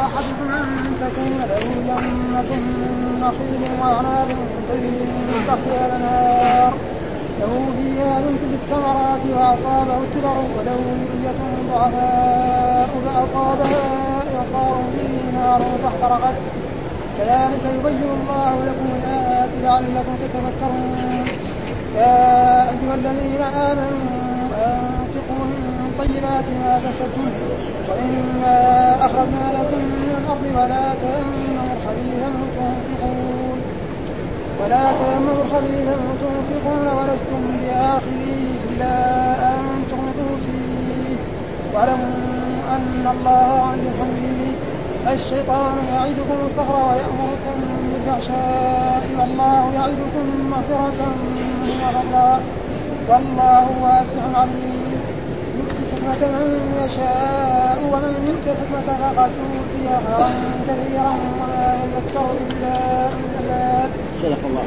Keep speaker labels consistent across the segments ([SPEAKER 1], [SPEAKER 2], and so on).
[SPEAKER 1] أحدكم أن تكون له جنة من نخيل وأعناب تجري من تحتها الأنهار له فيها من كل الثمرات وأصابه الكبر وله ذرية ضعفاء فأصابها إعصار فيه نار فاحترقت كذلك يبين الله لكم الآيات لعلكم تتفكرون. يا أيها الذين آمنوا أنفقوا من طيبات ما كسبتم وإما أخرجنا لكم من الأرض ولا تيمموا الخبيث تنفقون ولستم بآخذيه إلا أن تغمضوا فيه واعلموا أن الله عليم حميد. الشيطان يعدكم الفقر ويأمركم بالفحشاء والله يعدكم مغفرة وفضلا والله واسع عليم. يؤتي الحكمة من يشاء ومن يؤت الحكمة فقد أوتي خيرا كثيرا وما يذكر إلا أولو الألباب.
[SPEAKER 2] صدق الله.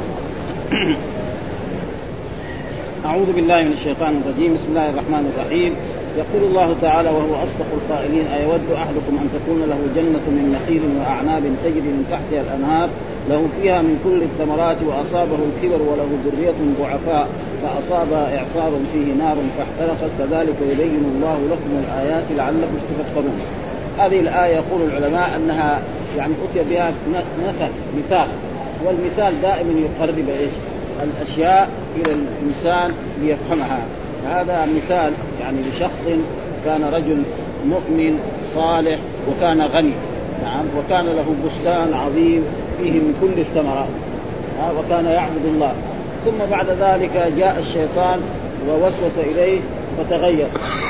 [SPEAKER 2] أعوذ بالله من الشيطان الرجيم. بسم الله الرحمن الرحيم. يقول الله تعالى وهو أصدق القائلين: أيود أحدكم أن تكون له جنة من نخيل وأعناب تجري من تحتها الأنهار له فيها من كل الثمرات وأصابه الكبر وله ذرية ضعفاء فأصابها إعصار فيه نار فاحترقت كذلك يبين الله لكم الآيات لعلكم تتفكرون. هذه الآية يقول العلماء أنها يعني أتي بها مثال، والمثال دائما يقرب الأشياء إلى الإنسان ليفهمها. هذا مثال يعني لشخص كان رجل مؤمن صالح وكان غني، نعم، وكان له بستان عظيم فيه من كل الثمرات وكان يعبد الله. ثم بعد ذلك جاء الشيطان ووسوس إليه فتغير،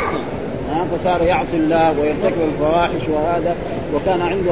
[SPEAKER 2] فصار يعصي الله ويرتكب الفواحش وهذا، وكان عنده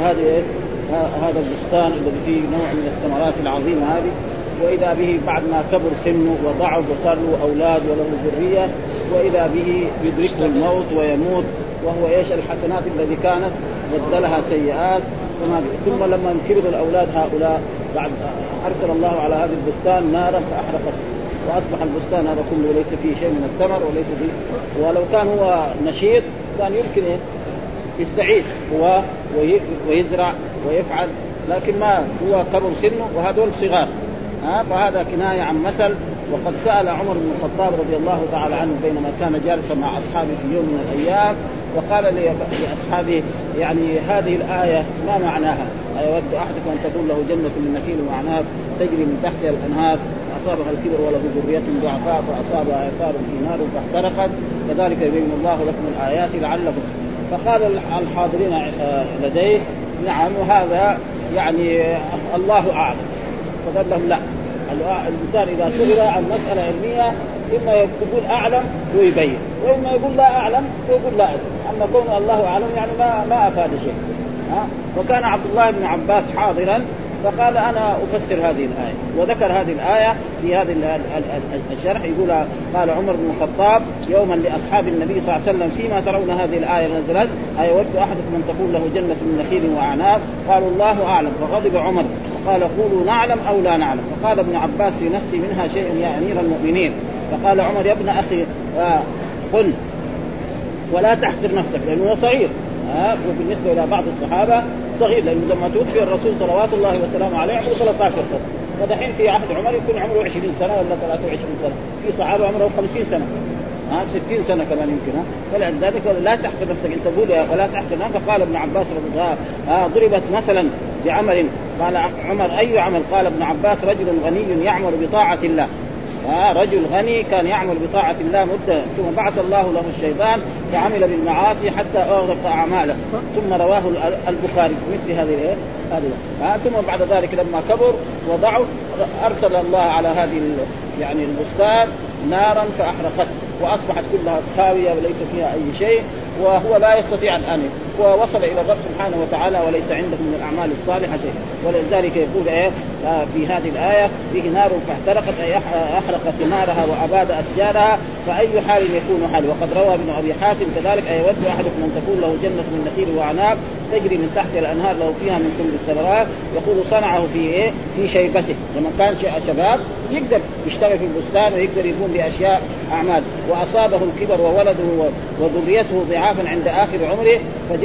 [SPEAKER 2] هذا البستان الذي فيه نوع من الثمرات العظيمة هذه، وإذا به بعد ما كبر سنه وضعف وصار له أولاد وله ذرية وإذا به يدركه الموت ويموت، وهو إيش الحسنات التي كانت بدلها سيئات. ثم لما كبر الأولاد هؤلاء بعد أرسل الله على هذا البستان نارا فأحرقت وأصبح البستان هذا كله ليس فيه شيء من الثمر وليس فيه. ولو كان هو نشيط كان يمكن يستعيد هو ويزرع ويفعل، لكن ما هو كبر سنه وهذول صغار. فهذا كناية عن مثل. وقد سأل عمر بن الخطاب رضي الله تعالى عنه بينما كان جالسا مع أصحابه في يوم من الأيام وقال لأصحابه يعني هذه الآية ما معناها؟ أيود أحدكم أن تكون له جنة من نخيل وأعناب تجري من تحتها الأنهار أصابها الكبر وله ذرية ضعفاء فأصابها إعصار في نار فاحترقت كذلك يبين الله لكم الآيات لعلكم. فقال الحاضرين لديه: نعم، وهذا يعني الله أعلم. فقال لهم: لا، الإنسان إذا سئل عن مسألة علمية إما يقول أعلم ويبين، وإما يقول لا أعلم ويقول لا أعلم. أما كون الله أعلم يعني ما أفاد شيء. وكان عبد الله بن عباس حاضرا فقال: أنا أفسر هذه الآية، وذكر هذه الآية في هذا الشرح. يقول: قال عمر بن الخطاب يوما لأصحاب النبي صلى الله عليه وسلم: فيما ترون هذه الآية نزلت؟ أيود أحدكم أن تكون له جنة من نخيل وأعناب؟ قالوا: الله أعلم. فغضب عمر قال: قولوا نعلم أو لا نعلم. فقال ابن عباس في نفسي: منها شيء يا أمير المؤمنين. فقال عمر: يا ابن أخي قل ولا تحقر نفسك، لأنه صغير. وبالنسبة إلى بعض الصحابة صغير، لأنه لما توفي الرسول صلوات الله وسلامه عليه عمره 13 سنة، ودحين في عهد عمر يكون عمره 20 سنة ولا 23 سنة، في صحابة عمره 50 سنة 60 سنة كمان يمكن. فلذلك لا تحقر نفسك، أنت تقول ولا تحقر نفسك. فقال ابن عباس رضي الله عنه: ضربت مثلا بعمل. قال عمر: أي عمل؟ قال ابن عباس: رجل غني يعمل بطاعة الله. رجل غني كان يعمل بطاعة الله مدة، ثم بعث الله له الشيطان فعمل بالمعاصي حتى أغرق أعماله. ثم رواه البخاري مثل هذه. ثم بعد ذلك لما كبر وضعف أرسل الله على هذه يعني البستان نارا فأحرقت وأصبحت كلها خاوية وليس فيها أي شيء، وهو لا يستطيع أن ووصل إلى الرب سبحانه وتعالى وليس عنده من الأعمال الصالحة شيء. ولذلك يقول في هذه الآية: فيه نار فاحترقت، أي أحرقت ثمارها وأباد أشجارها، فأي حال يكون حال. وقد روى ابن أبي حاتم كذلك: أيود أحدكم أن تكون له جنة من نخيل وأعناب تجري من تحت الأنهار له فيها من كل الثمرات. يقول: صنعه في شيبته، لما كان شباب يقدر يشتغل في البستان ويقدر يقوم بأشياء أعمال. وأصابه الكبر وولده وذريته ضعافا عند آخر عمره، فجاء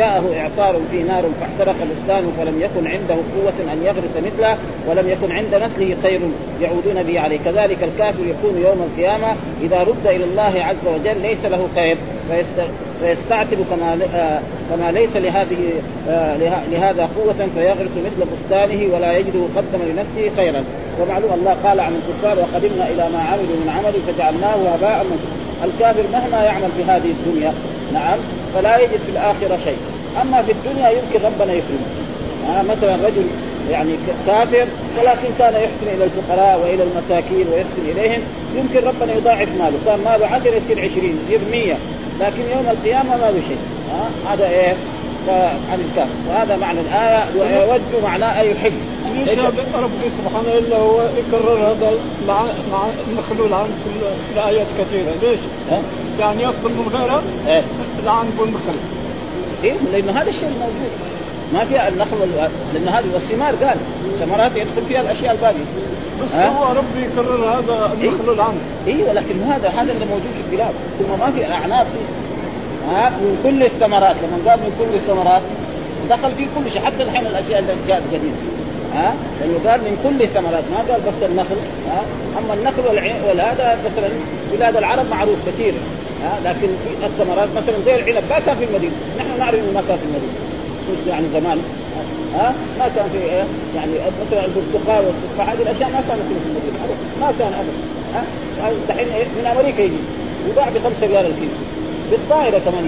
[SPEAKER 2] جاءه إعصار في نار فاحترق بستانه فلم يكن عنده قوة أن يغرس مثله ولم يكن عند نسله خير يعودون به عليه. كذلك الكافر يكون يوم القيامة إذا رد إلى الله عز وجل ليس له خير فيستعتب كما ليس لهذا قوة فيغرس مثل بستانه ولا يجد قدم لنفسه خيرا. ومعلوم الله قال عن الكفار وقدمنا إلى ما عملوا من عمل فجعلناه هباء منثورا. الكافر مهما يعمل في هذه الدنيا نعم فلا يجد في الآخرة شيء. أما في الدنيا يمكن ربنا يكرمه. مثلا رجل يعني كافر ولكن كان يحسن إلى الفقراء وإلى المساكين ويحسن إليهم يمكن ربنا يضاعف ماله. كان ماله 10 يصير 20 يصير 100 لكن يوم القيامة ما له شيء. هذا إيه عن الكافر. وهذا معنى الآية ويود معناه أي يحب.
[SPEAKER 3] ليش ربي سبحانه إلا هو يكرر هذا مع المخلول عن في الآيات كثيرة؟ ليش؟ يعني يفضل من غيره العن بالمخلول.
[SPEAKER 2] إيه لأنه هذا الشيء الموجود ما فيها النخل لأن هذه والثمار قال ثمرات يدخل فيها الأشياء الباقية.
[SPEAKER 3] بس هو ربي يكرر هذا المخلول عنه.
[SPEAKER 2] إيه ولكن هذا اللي موجود في البلاد ثم ما في أعناب فيه. من كل الثمرات لما قال من كل الثمرات دخل فيه كل شيء حتى الحين الأشياء اللي جاءت جديدة. لأنه قال من كل الثمرات ما قال بس النخل. أما النخل والهذا مثلا بلاد العرب معروف كثير. لكن في الثمرات مثلا زي العنب ما كان في المدينة. نحن نعرف إنه ما كان في المدينة مش يعني زمان ما كان في يعني مثلا البرتقال والتفاح هذه الأشياء ما كانت في المدينة ما كان أبدا. دحين من أمريكا يجي وباع ب5 ريال الكيلو بالطائرة كمان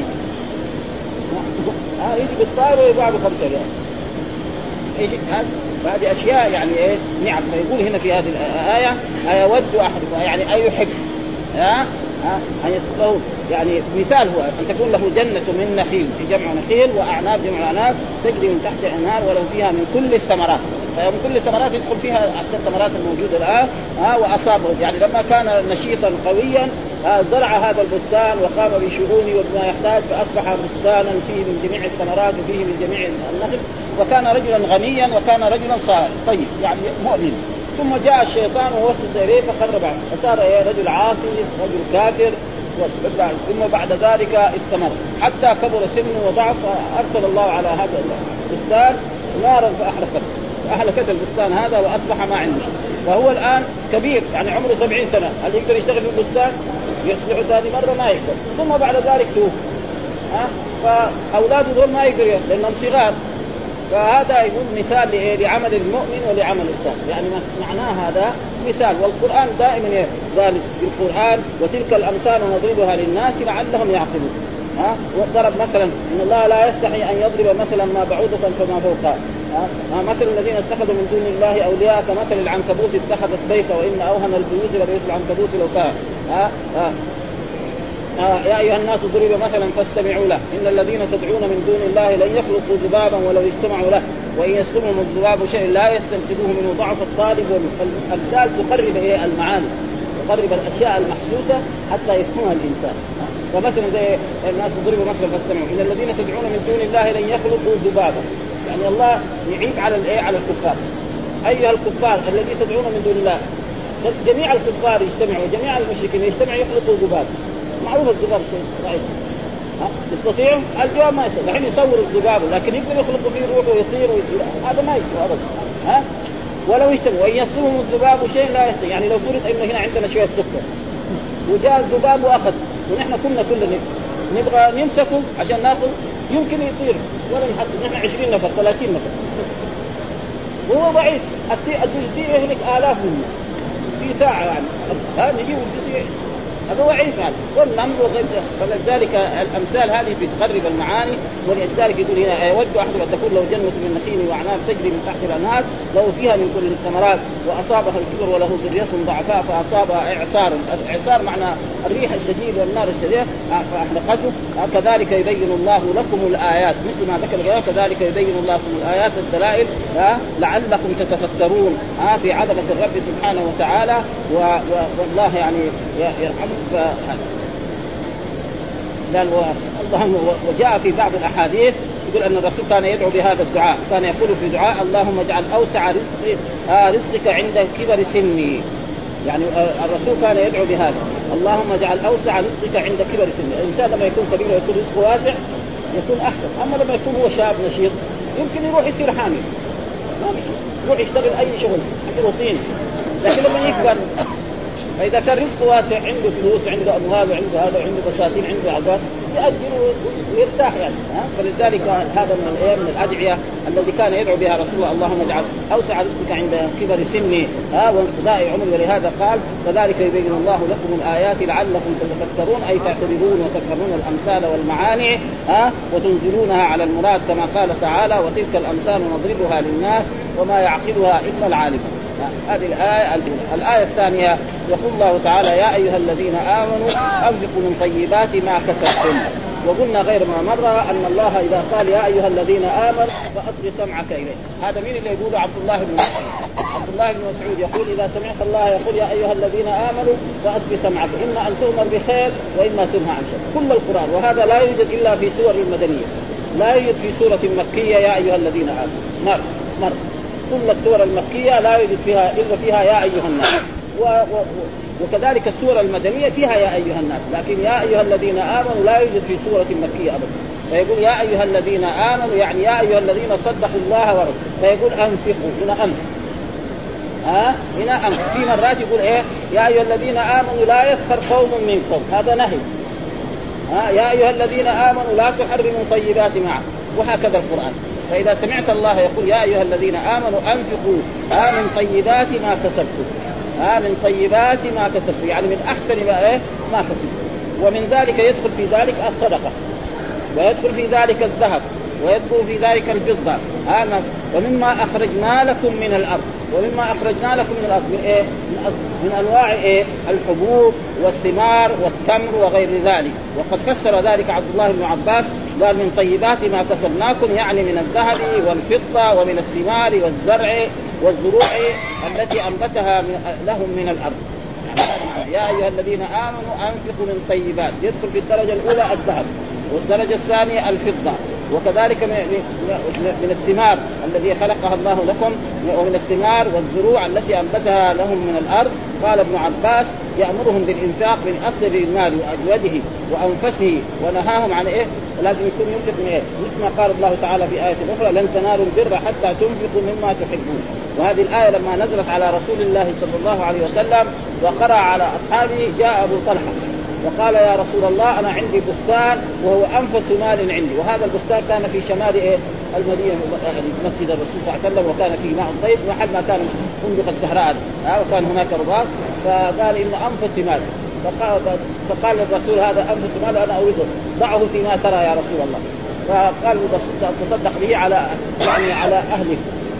[SPEAKER 2] يجي بالطائرة ويباع ب5 ريال. ايش هذه اشياء يعني ايه نعم. فيقول هنا في هذه الايه ايود احدكم يعني اي يحب أن يتقوا يعني مثال هو أن تكون له جنة من نخيل في جمع نخيل وأعناب جمع أعناب تجري من تحت أنهار ولو فيها من كل الثمرات. فمن كل الثمرات يدخل فيها حتى الثمرات الموجودة الآن. وأصابه يعني لما كان نشيطا قويا زرع هذا البستان وقام بشؤونه وبما يحتاج فأصبح بستانا فيه من جميع الثمرات وفيه من جميع النخل وكان رجلا غنيا وكان رجلا صالح طيب يعني مؤمن. ثم جاء الشيطان ووسوس إليه فخرب فصار رجل عاصي رجل كافر. ثم بعد ذلك استمر حتى كبر سنه وضعف أرسل الله على هذا البستان نارا فأحرقت البستان هذا وأصبح ما عنده شيء. فهو الآن كبير يعني عمره 70 سنة هل يقدر يشتغل في البستان؟ يصلح ثاني مرة ما يقدر. ثم بعد ذلك توفي فأولاده دول ما يقدر لأنهم صغار. فهذا يقول مثال لعمل المؤمن ولعمل الكافر يعني معناه هذا مثال. والقرآن دائما ذلك في القرآن وتلك الأمثال نضربها للناس لعلهم يعقلون. وضرب مثلا إن الله لا يستحي أن يضرب مثلا ما بعوضة فما فوقها. مثل الذين اتخذوا من دون الله أولياء كمثل العنكبوت اتخذت بيتا وإن أوهن البيوت لبيت العنكبوت لو كان. يا أيها الناس ضرب مثلا فاستمعوا له إن الذين تدعون من دون الله لن يخلقوا ذبابا ولو اجتمعوا له وإن يسلبهم الذباب شيء لا يستنقذوه منه ضعف الطالب والأمثال تقرب المعاني تقرب الأشياء المحسوسة حتى يفهمها الإنسان. فمثلا زي الناس ضرب مثلا فاستمعوا إن الذين تدعون من دون الله لن يخلقوا ذبابا يعني الله يعيب على الكفار. أيها الكفار الذين تدعون من دون الله جميع الكفار يجتمعوا جميع المشركين يجتمعوا يخلقوا ذبابا. معروف الذباب شيء ضعيف يستطيع الجواب ما يستطيع الحين يصور الذباب لكن يقدر يخلق فيه روح ويطير ويصير هذا ما يستطيع أبدا. ولو يجتمع وإن يسلبهم الذباب شيء لا يستطيع يعني لو فرض إنه هنا عندنا شوية سكر وجاء الذباب وأخذ ونحن كلنا نبغى نمسكه عشان ناخذ يمكن يطير ولا نحسب نحن 20 نفر 30 نفر وهو ضعيف الجزء يهلك آلاف منه في ساعة يعني نجيب الجزء هذا ضعيف يعني والنمل وغير. فلذلك الأمثال هذه بتقرب المعاني. ولذلك يقول هنا يود أحدكم أن تكون له جنة من نخيل وأعناب تجري من تحت الأنهار له فيها من كل الثمرات وأصابها الكبر وله ذرية ضعفاء فأصابها إعصار معنى الريح الشديد والنار الشديد فأحرقته. كذلك يبين الله لكم الآيات مثل ما ذكر كذلك يبين الله لكم الآيات الدلائل لعلكم تتفكرون في عظمة الرب سبحانه وتعالى والله يعني يرحمه. وجاء في بعض الأحاديث يقول أن الرسول كان يدعو بهذا الدعاء كان يقول في دعاء اللهم اجعل أوسع رزقك عند كبر سني يعني الرسول كان يدعو بهذا اللهم اجعل أوسع رزقك عند كبر سني. الإنسان لما يكون كبير ويكون رزقه واسع يكون احسن. اما لما يكون هو شاب نشيط يمكن يروح يصير حامل، ما بيصير، يروح يشتغل اي شغل حتى روتيني. لكن لما يكبر فإذا كان رزقه واسع، عنده فلوس، عنده أموال، وعنده هذا، وعنده بساتين، عنده عقار، يأجر ويرتاح يعني. فلذلك هذا من الأدعية الذي كان يدعو بها رسول الله: اللهم اجعل أوسع رزقك عند كبر سني وانقضاء عمري. ولهذا قال: كذلك يبين الله لكم الآيات لعلكم تتفكرون، أي تعتبرون وتفهمون الأمثال والمعاني وتنزلونها على المراد، كما قال تعالى: وتلك الأمثال نضربها للناس وما يعقلها إلا العالم. هذه الآية الأولى. الآية الثانية يقول الله تعالى: يا أيها الذين آمنوا أنفقوا من طيبات ما كسبتم. وقلنا غير ما مرة أن الله إذا قال يا أيها الذين آمنوا فأصغ سمعك إليه. هذا مين اللي يقوله؟ عبد الله بن مسعود. عبد الله بن مسعود يقول: إذا سمعت الله يقول يا أيها الذين آمنوا فأصغ سمعك، إما أن تؤمر بخير وإما تنهى عن شر. كل القرآن، وهذا لا يوجد إلا في سور المدنية، لا يوجد في سورة مكية يا أيها الذين آمنوا مرة. كل السور المكية لا يوجد فيها إلا فيها يا أيها الناس، وكذلك السورة المدنية فيها يا أيها الناس، لكن يا أيها الذين آمنوا لا يوجد في سورة مكية أبدا. فيقول يا أيها الذين آمنوا يعني يا أيها الذين صدقوا الله ورسوله. فيقول أنفقوا، هنا أنفق، هنا أنفق. في مرات يقول يا أيها الذين آمنوا لا يسخر قوم من قوم، هذا نهي. يا أيها الذين آمنوا لا تحرموا طيبات معه، وهكذا القرآن. فإذا سمعت الله يقول يا أيها الذين آمنوا أنفقوا من طيبات ما كسبتم، من طيبات ما كسبتم يعني من أحسن ما كسبتم. ومن ذلك يدخل في ذلك الصدقة، ويدخل في ذلك الذهب، ويدخل في ذلك الفضة. ومما أخرجنا لكم من الأرض، ومما أخرجنا لكم من الأرض من أنواع الحبوب والثمار والتمر وغير ذلك. وقد فسر ذلك عبد الله بن عباس، قال من طيبات ما كسبناكم يعني من الذهب والفضة ومن الثمار والزرع والزروع التي أنبتها لهم من الأرض. يعني يا أيها الذين آمنوا أنفقوا من طيبات، يدخل في الدرجة الأولى الذهب، والدرجة الثانية الفضة، وكذلك من الثمار الذي خلقها الله لكم، ومن الثمار والزروع التي أنبتها لهم من الأرض. قال ابن عباس يأمرهم بالإنفاق من أفضل المال وأجوده وأنفسه، ونهاهم عن لازم يكون ينفق من مثل ما قال الله تعالى في آية أخرى: لن تنالوا البر حتى تنفقوا مما تحبون. وهذه الآية لما نزلت على رسول الله صلى الله عليه وسلم وقرأ على أصحابه، جاء أبو طلحة وقال يا رسول الله أنا عندي بستان وهو أنفس مال عندي، وهذا البستان كان في شمال المدينة، يعني مسجد الرسول صلى الله عليه وسلم، وكان فيه ماء طيب محل ما كان فندق الزهراء، وكان هناك رباط. فقال إن أنفس مال، فقال الرسول هذا أنفس مال أنا أريده، ضعه فيما ترى يا رسول الله. فقال تصدق به على على أهلك،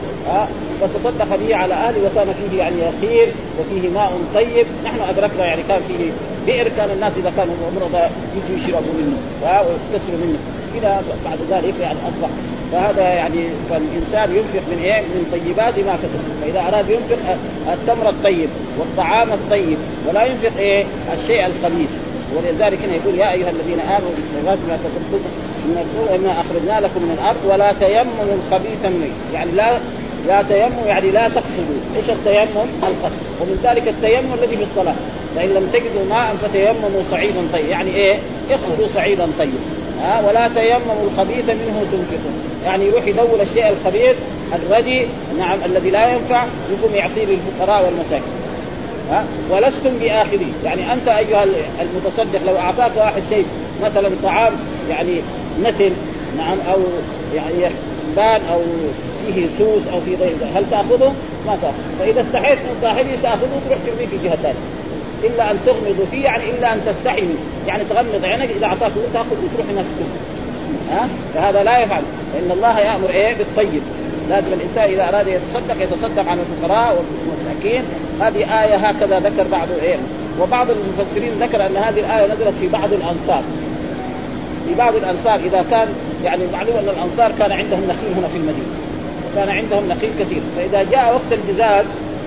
[SPEAKER 2] فتصدق به على أهلي، وكان فيه يعني خير وفيه ماء طيب. نحن أدركنا يعني كان فيه بئر، كان الناس إذا كانوا مرضى يجوا يشربوا منه ويغتسلوا منه إلى بعد ذلك يعني أصبح. فهذا يعني فالإنسان ينفق من طيبات ما كسب. فإذا أراد ينفق التمر الطيب والطعام الطيب، ولا ينفق الشيء الخبيث. ولذلك هنا يقول يا أيها الذين آمنوا بالطيبات ما كسبتم إنا أخرجنا لكم من الأرض ولا تيمموا الخبيث منه، يعني لا تيمم يعني لا تقصدوا. ايش التيمم؟ القصد. ومن ذلك التيمم الذي في الصلاة، فإن لم تجدوا ماء فتيمموا صعيدا طيب، يعني اقصدوا صعيدا طيب. ولا تيمموا الخبيث منه تنفقون، يعني يروح يدور الشيء الخبيث الردي نعم الذي لا ينفع يقوم يعطيه للفقراء والمساكين. ولستم بآخذه، يعني أنت أيها المتصدق لو أعطاك واحد شيء مثلا طعام يعني نتن نعم أو يعني بان أو فيه سوس أو في غير، هل تأخذه؟ ما تأخذ. فإذا استحيت من صاحبه تأخذه وتروح ترميه في جهة ثانية، إلا أن تغمض فيه، يعني إلا أن تستحي منه، يعني تغمض عينك إذا أعطاك تأخذ وتروح هناك ترميه. فهذا لا يفعل، فإن الله يأمر بالطيب. لازم الإنسان إذا أراد يتصدق عن الفقراء والمساكين. هذه آية هكذا ذكر بعض وبعض المفسرين ذكر أن هذه الآية نزلت في بعض الأنصار. في بعض الأنصار إذا كان يعني معلوم أن الأنصار كان عندهم نخيل هنا في المدينة، كان عندهم نخيل كثير، فإذا جاء وقت الجزاز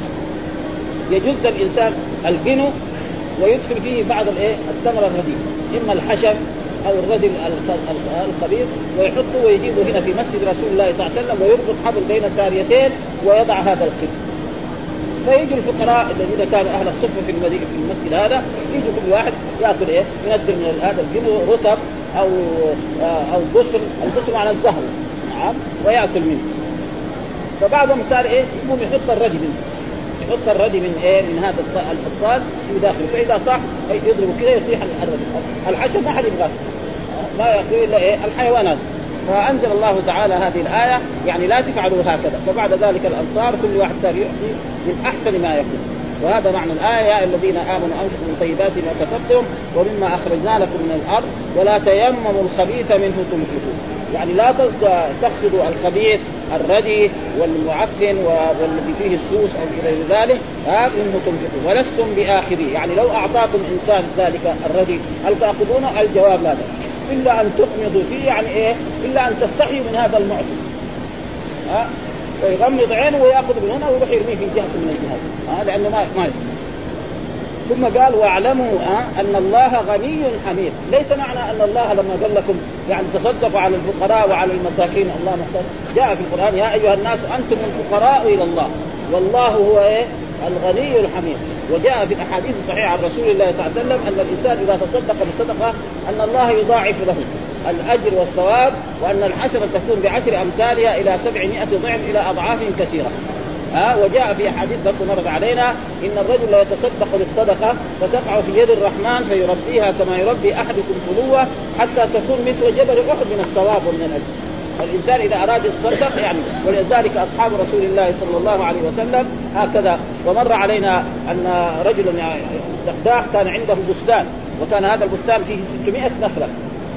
[SPEAKER 2] يجد الإنسان الجنو ويدخل فيه بعض الثمر الرديء، إما الحشم أو الردي الخبيث، ويحطه ويجيبه هنا في مسجد رسول الله صلى الله عليه وسلم، ويربط حبل بين ساريتين ويضع هذا القب. فيجي الفقراء الذين كانوا أهل الصفة في المسجد هذا، يجي كل واحد يأكل ينزل من هذا الجنو رطب أو البصر على الزهر نعم ويأكل منه. فبعضهم صار يقوم يحط الردي من هذا الفصال في داخله، فإذا طاح يضربه كذا يطيح الردي. الحشر ما حد يبغاه، ما يأكل إلا الحيوانات. فأنزل الله تعالى هذه الآية يعني لا تفعلوا هكذا. فبعد ذلك الأنصار كل واحد صار يعطي من أحسن ما يكون. وهذا معنى الآية: يا الذين آمنوا أنفقوا من طيبات ما كسبتم ومما أخرجنا لكم من الأرض ولا تيمموا الخبيث منه تنفقون. يعني لا تقصدوا الخبيث الردي والمعفن والذي فيه السوس أو غير ذلك منه تنفقون ولستم بآخذيه. يعني لو أعطاكم إنسان ذلك الردي هل تأخذونه؟ الجواب لا، إلا أن تقمضوا فيه، يعني إلا أن تستحيوا من هذا المعطي ويغمض عينه ويأخذ من هنا ويروح يرميه في جهة من الجهات لأنه ما يستطيع. ثم قال: واعلموا أن الله غني حميد. ليس معنى أن الله لما قال لكم يعني تصدقوا على الفقراء وعلى المساكين الله محتاج. جاء في القرآن: يا أيها الناس أنتم الفقراء إلى الله والله هو الغني الحميد. وجاء في الأحاديث الصحيحة عن رسول الله صلى الله عليه وسلم أن الإنسان إذا تصدق بصدقة أن الله يضاعف له الأجر والثواب، وأن الحسنة تكون ب10 أمثالها إلى 700 ضعف إلى أضعاف كثيرة. وجاء في حديث مرد علينا: إن الرجل لا يتصدق بالصدقة فتقع في يد الرحمن فيربيها كما يربي أحدكم فلوة حتى تكون مثل جبل أحد من الثواب ومن الأجر. الإنسان إذا أراد يتصدق يعني. ولذلك أصحاب رسول الله صلى الله عليه وسلم هكذا. ومر علينا أن رجل دحداح كان عنده بستان، وكان هذا البستان فيه 600 نخلة.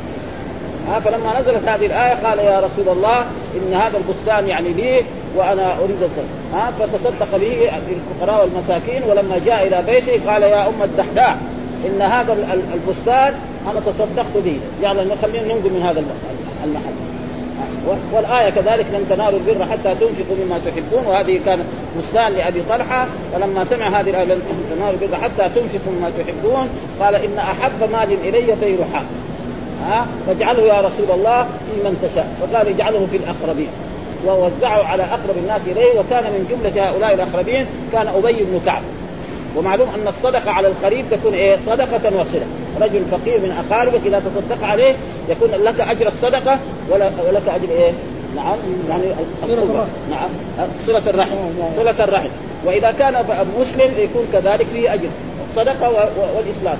[SPEAKER 2] فلما نزلت هذه الآية قال: يا رسول الله إن هذا البستان يعني لي وأنا أريد الصدقة. فتصدق به الفقراء والمساكين. ولما جاء إلى بيته قال: يا أم الدحداح إن هذا البستان أنا تصدقت به، يعني خلينا ننقل من هذا المحل. والآية كذلك: لن تنالوا البر حتى تنفقوا مما تحبون. وهذه كانت بستان لأبي طلحة. فلما سمع هذه الآية: لن تنالوا البر حتى تنفقوا مما تحبون، قال: إن أحب مال إلي بيرحاء فاجعله يا رسول الله في من تشاء. فقال: اجعله في الأقربين. ووزعه على أقرب الناس إليه. وكان من جملة هؤلاء الأقربين كان أبي بن كعب. ومعلوم أن الصدقة على القريب تكون صدقة وصلة. رجل فقير من أقاربك إذا تصدق عليه يكون لك أجر الصدقة ولك أجر نعم يعني الصلة. نعم صلة الرحم. وإذا كان مسلم يكون كذلك فيه أجر الصدقة والإسلام.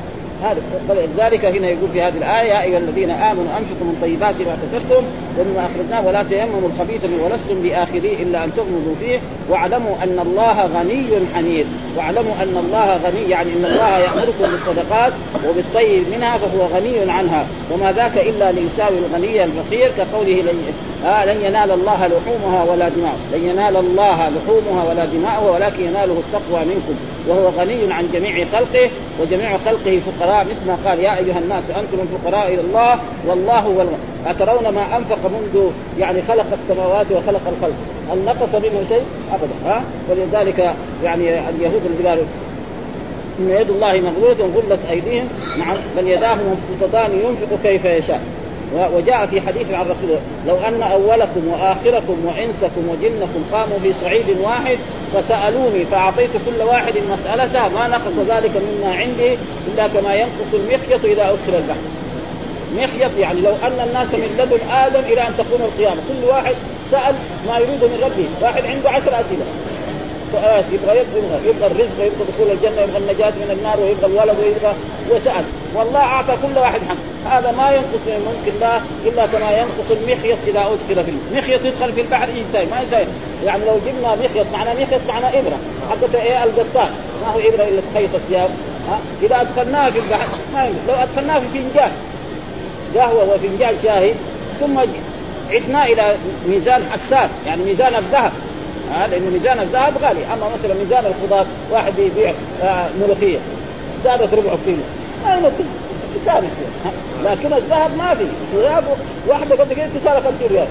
[SPEAKER 2] ذلك هنا يقول في هذه الآية: يا أيها الذين آمنوا أنفقوا من طيبات ما كسبتم ومما أخرجناه ولا تيمموا الخبيث منه ولستم بآخذيه إلا أن تغمضوا فيه واعلموا أن الله غني حميد. واعلموا أن الله غني يعني أن الله يأمركم بالصدقات وبالطيب منها فهو غني عنها، وما ذاك إلا ليساوي الغني الفقير، كقوله: لن ينال الله لحومها ولا دماؤها، لن ينال الله لحومها ولا دماؤها ولكن يناله التقوى منكم وهو غني عن جميع خلقه وجميع خلقه فقراء، مثل ما قال: يا أيها الناس أنتم الفقراء إلى الله والله هو أترون ما أنفق منذ يعني خلق السماوات وخلق الخلق هل نقص منه شيء؟ أبدا. ولذلك يعني اليهود اللي قالوا إن يد الله مغلولة غلت أيديهم بل يداه مبسوطتان ينفق كيف يشاء. وجاء في حديث عن رسول الله: لو أن أولكم وآخركم وإنسكم وجنكم قاموا في صعيد واحد فسألوني فأعطيت كل واحد مسألته ما نقص ذلك مما عندي إلا كما ينقص المخيط إذا أدخل البحر. مخيط يعني لو أن الناس من لدن آدم إلى أن تقوم القيامة كل واحد سأل ما يريد من ربه. واحد عنده 10 أسئلة سؤال، يبغى الرزق ويبغى دخول الجنة ويبغى النجاة من النار ويبغى الولد ويبغى وسأل، والله أعطى كل واحد حق. هذا ما ينقص من ملك الله إلا كما ينقص المخيط إذا أدخل في المخيط. يدخل في البحر إنسان ما يساوي. يعني لو جبنا مخيط معنا إبرة حقته القطان ما هو إبرة إلا تخيط الثياب. إذا أدخلناها في البحر ما ينقص. لو أدخلناها في فنجان قهوة وفنجان شاهي ثم عدنا إلى ميزان حساس يعني ميزان الذهب، لأن ميزان الذهب غالي. أما مثلا ميزان الخضار واحد يبيع ملوخية زادت ربع كيلو ما يمكن يساوي فيها. لكن الذهب ما في. الذهب واحدة قد كده تساوي 50 ريال.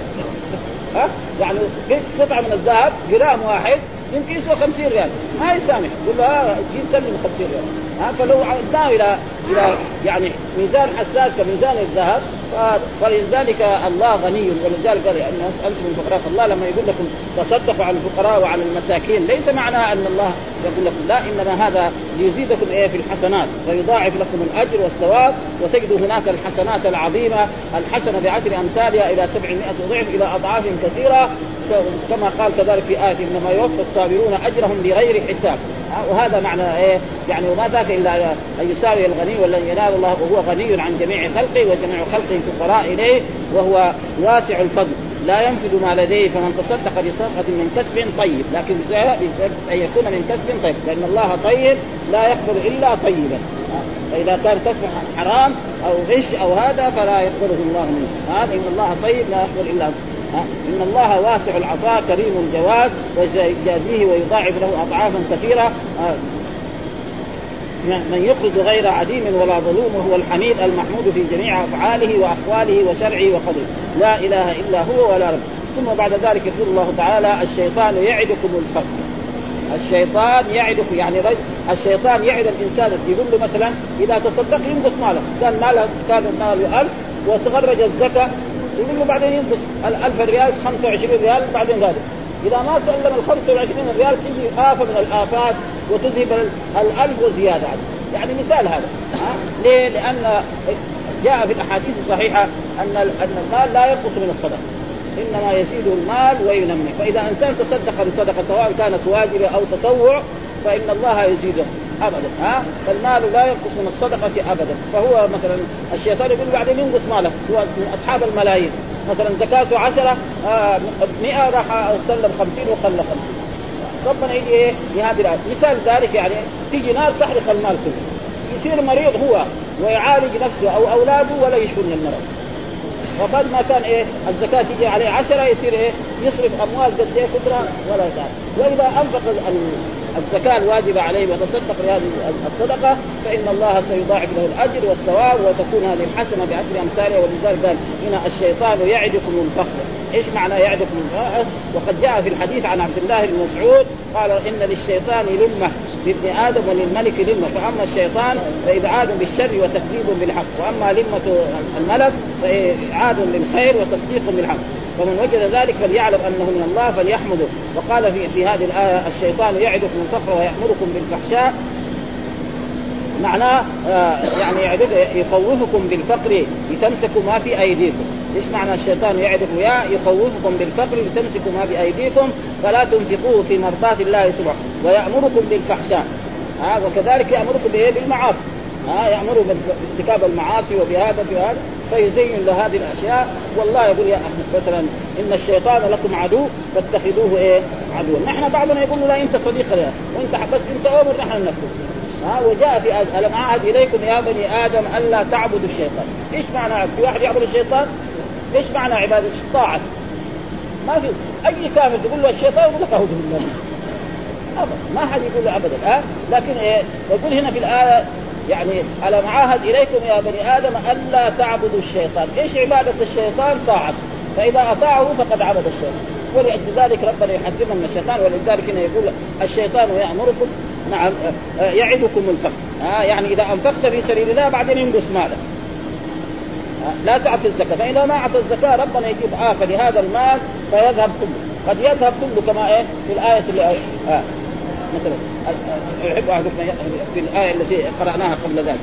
[SPEAKER 2] يعني قطعة من الذهب جرام واحد يمكن يسوى 50 ريال ما يسامح. يقول له جيب سلم 50 ريال. فلو عدناه إلى يعني ميزان حساس كميزان الذهب فلذلك الله غني. ولذلك قال أن أنتم الفقراء. الله لما يقول لكم تصدقوا على الفقراء وعلى المساكين ليس معناه أن الله يقول لكم لا، إنما هذا ليزيدكم في الحسنات ويضاعف لكم الأجر والثواب، وتجدوا هناك الحسنات العظيمة، الحسنة ب10 أمثالها إلى 700 ضعف إلى أضعاف كثيرة، كما قال كذلك في آية إنما يوفى الصابرون أجرهم بغير حساب. وهذا معنى يعني وما ذاك إلا أن يساوي الغني ولا ينال الله، وهو غني عن جميع خلقه وجميع خلقه فقراء إليه، وهو واسع الفضل لا ينفذ ما لديه، فمن تصدق بصدقة من كسب طيب، لكن أن يكون من كسب طيب، لأن الله طيب لا يقبل إلا طيبا. فإذا كان كسب حرام أو غش أو هذا فلا يقبله الله منه. إن الله طيب لا يقبل إلا إن الله واسع العطاء كريم الجواد ويجازيه ويضاعف له أضعافا كثيرة. من يقرض غير عديم ولا ظلوم هو الحميد المحمود في جميع أفعاله وأقواله وشرعه وقدره، لا إله إلا هو ولا رب. ثم بعد ذلك يقول الله تعالى الشيطان يعدكم الفقر. الشيطان يعدكم يعني الشيطان يعد الإنسان، يقول له مثلا إذا تصدق ينقص ماله، كان ماله 1000 وتخرج الزكاة يقول له بعدين ينقص 1000 ريال 25 ريال بعدين هذا. إذا ما سلم 25 ريال تجي آفة من الآفات وتذهب 1000 وزيادة عنه. يعني مثال هذا ليه؟ لأن جاء في الأحاديث الصحيحة أن المال لا ينقص من الصدقة، إنما يزيد المال وينمي. فإذا إنسان تصدق بصدقة سواء كانت واجبة أو تطوع فإن الله يزيده أبدا. فالمال لا ينقص من الصدقة أبدا. فهو مثلا الشيطان يقول بعدين ينقص ماله، هو من أصحاب الملايين مثلا زكاته 10 100 راح أسلم 50 وخلى 50. ربنا يجي لهذه الآية مثال ذلك، يعني تيجي نار تحرق المال كله، يصير مريض هو ويعالج نفسه أو أولاده ولا يشفون من المرض. وقد ما كان الزكاة تيجي عليه 10 يصير يصرف أموال قد قدرة ولا يتعب. وإذا أنفق الزكاة الواجبة عليه وتصدق بهذه الصدقة فإن الله سيضاعف له الأجر والثواب وتكون هذه الحسنة ب10 أمثالها. ولذلك قال هنا الشيطان يعدكم الفقر. إيش معنى يعدكم الفقر؟ وقد جاء في الحديث عن عبد الله بن مسعود قال إن للشيطان لمة لابن آدم وللملك لمة، فأما الشيطان فإبعاد بالشر وتكذيب بالحق، وأما لمة الملك فإعاد للخير وتصديق بالحق. فمن وجد ذلك فليعلم أنه من الله فليحمده. وقال في هذه الآية الشيطان يعدكم الفقر ويأمركم بالفحشاء، معناه يعني يخوفكم بالفقر لتمسكوا ما في أيديكم. إيش معنى الشيطان يعدكم يخوفكم بالفقر لتمسكوا ما بأيديكم فلا تنفقوه في مرضات الله سبحانه، ويأمركم بالفحشاء وكذلك يأمركم بالمعاصي، يأمروا بارتكاب المعاصي وبهذا فيزين له هذه الأشياء. والله يقول يا مثلا إن الشيطان لكم عدو فاتخذوه عدوا. نحن بعضنا يقول لا أنت صديق لنا وأنت بس أنت أمر نحن نفسه. وجاء في ألم أعهد إليكم يا بني آدم ألا تعبدوا الشيطان. إيش معنى في واحد يعبد الشيطان؟ إيش معنى عبادة الطاعة؟ ما في أي كافر تقول له الشيطان يقول لك أعوذ بالله أبدا، ما حد يقول له أبدا. لكن يقول هنا في الآية يعني ألم أعهد إليكم يا بني آدم ألا تعبدوا الشيطان. إيش عبادة الشيطان؟ طاعة، فإذا أطاعه فقد عبد الشيطان. ولأجل ذلك ربنا يحذرنا من الشيطان. ولذلك هنا يقول الشيطان يأمركم نعم يعدكم الفقر، يعني إذا أنفقت في سبيل الله بعدين ينقص مالك، لا تعطي الزكاة. فإذا ما أعطى الزكاة ربنا يجيب آفة لهذا المال فيذهب كله، قد يذهب كله كما في الآية اللي مثلا يحب أحدكم في الآية التي قرأناها قبل ذلك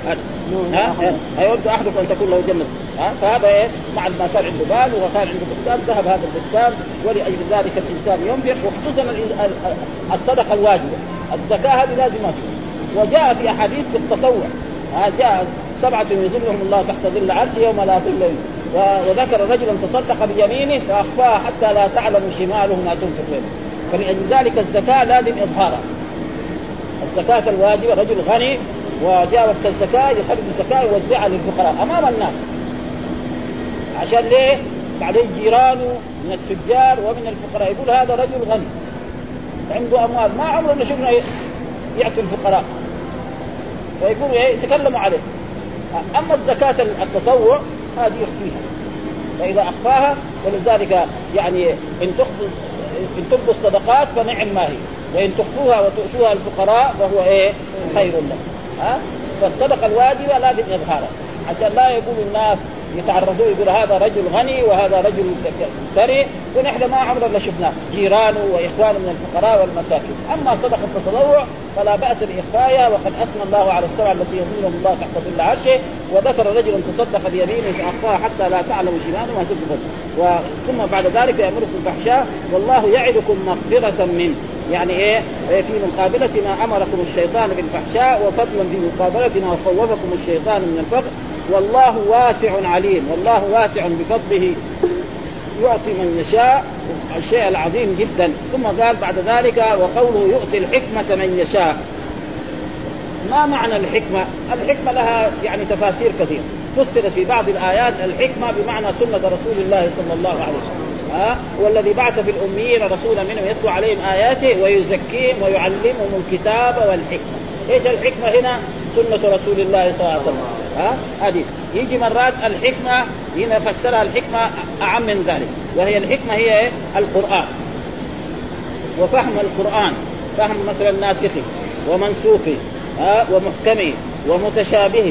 [SPEAKER 2] يود أحدكم أن تكون له جنة، فهذا مع ما كان عنده بال وكان عنده بستان ذهب هذا البستان. ولأجل ذلك الإنسان ينفق، وخصوصا الصدقة الواجبة الزكاة هذه لازمة. وجاء في أحاديث في التطوع جاء 7 يظلهم الله تحت ظل عرشه يوم لا ظل إلا، وذكر رجلا تصدق بيمينه فأخفاها حتى لا تعلم شماله ما تنفق يمينه. فلذلك الزكاة لازم إظهارها. الزكاة الواجبة رجل غني وجاء وقت الزكاة يخرج الزكاة يوزعها للفقراء أمام الناس، عشان ليه؟ بعدين جيرانه من التجار ومن الفقراء يقول هذا رجل غني عنده أموال ما عمرنا شفنا يعطي الفقراء، فيقولوا يتكلموا عليه. أما الزكاة التطوع هذه يخفيها، فإذا أخفاها ولذلك يعني إن تبدوا الصدقات فنعم ما هي، وإن تخفوها وتؤتوها الفقراء فهو خير لكم. فالصدقة الواجبة لازم إظهارها عشان لا يقول الناس يتعرضوا يقول هذا رجل غني وهذا رجل ثري، ونحن ما عمرنا شفناه، جيرانه وإخوانه من الفقراء والمساكين. أما صدقة التطوع فلا بأس بإخفائها، وقد أثنى الله على السبع التي يظلهم الله تحت ظل عرشه، وذكر رجل تصدق بيمينه فأخفاها حتى لا تعلم شماله ما تنفق. ثم بعد ذلك يأمركم بالفحشاء والله يعدكم مغفرة منه، يعني إيه في مقابلة ما أمركم الشيطان بالفحشاء، وفضلا في مقابلة ما خوفكم الشيطان من الفقر. والله واسع عليم، والله واسع بفضله يعطي من يشاء الشيء العظيم جدا. ثم قال بعد ذلك وقوله يؤتي الحكمة من يشاء. ما معنى الحكمة؟ الحكمة لها يعني تفاسير كثيرة، فسر في بعض الآيات الحكمة بمعنى سنة رسول الله صلى الله عليه وسلم، والذي بعث في الأميين رسولا منهم يتلو عليهم آياته ويزكيهم ويعلمهم الكتاب والحكمة. إيش الحكمة هنا؟ سنة رسول الله صلى الله عليه وسلم. هذه يجي مرات الحكمة هنا فسرها الحكمة أعم من ذلك، وهي الحكمة هي القرآن وفهم القرآن، فهم مثلا ناسخه ومنسوخه ومحكمه ومتشابهه،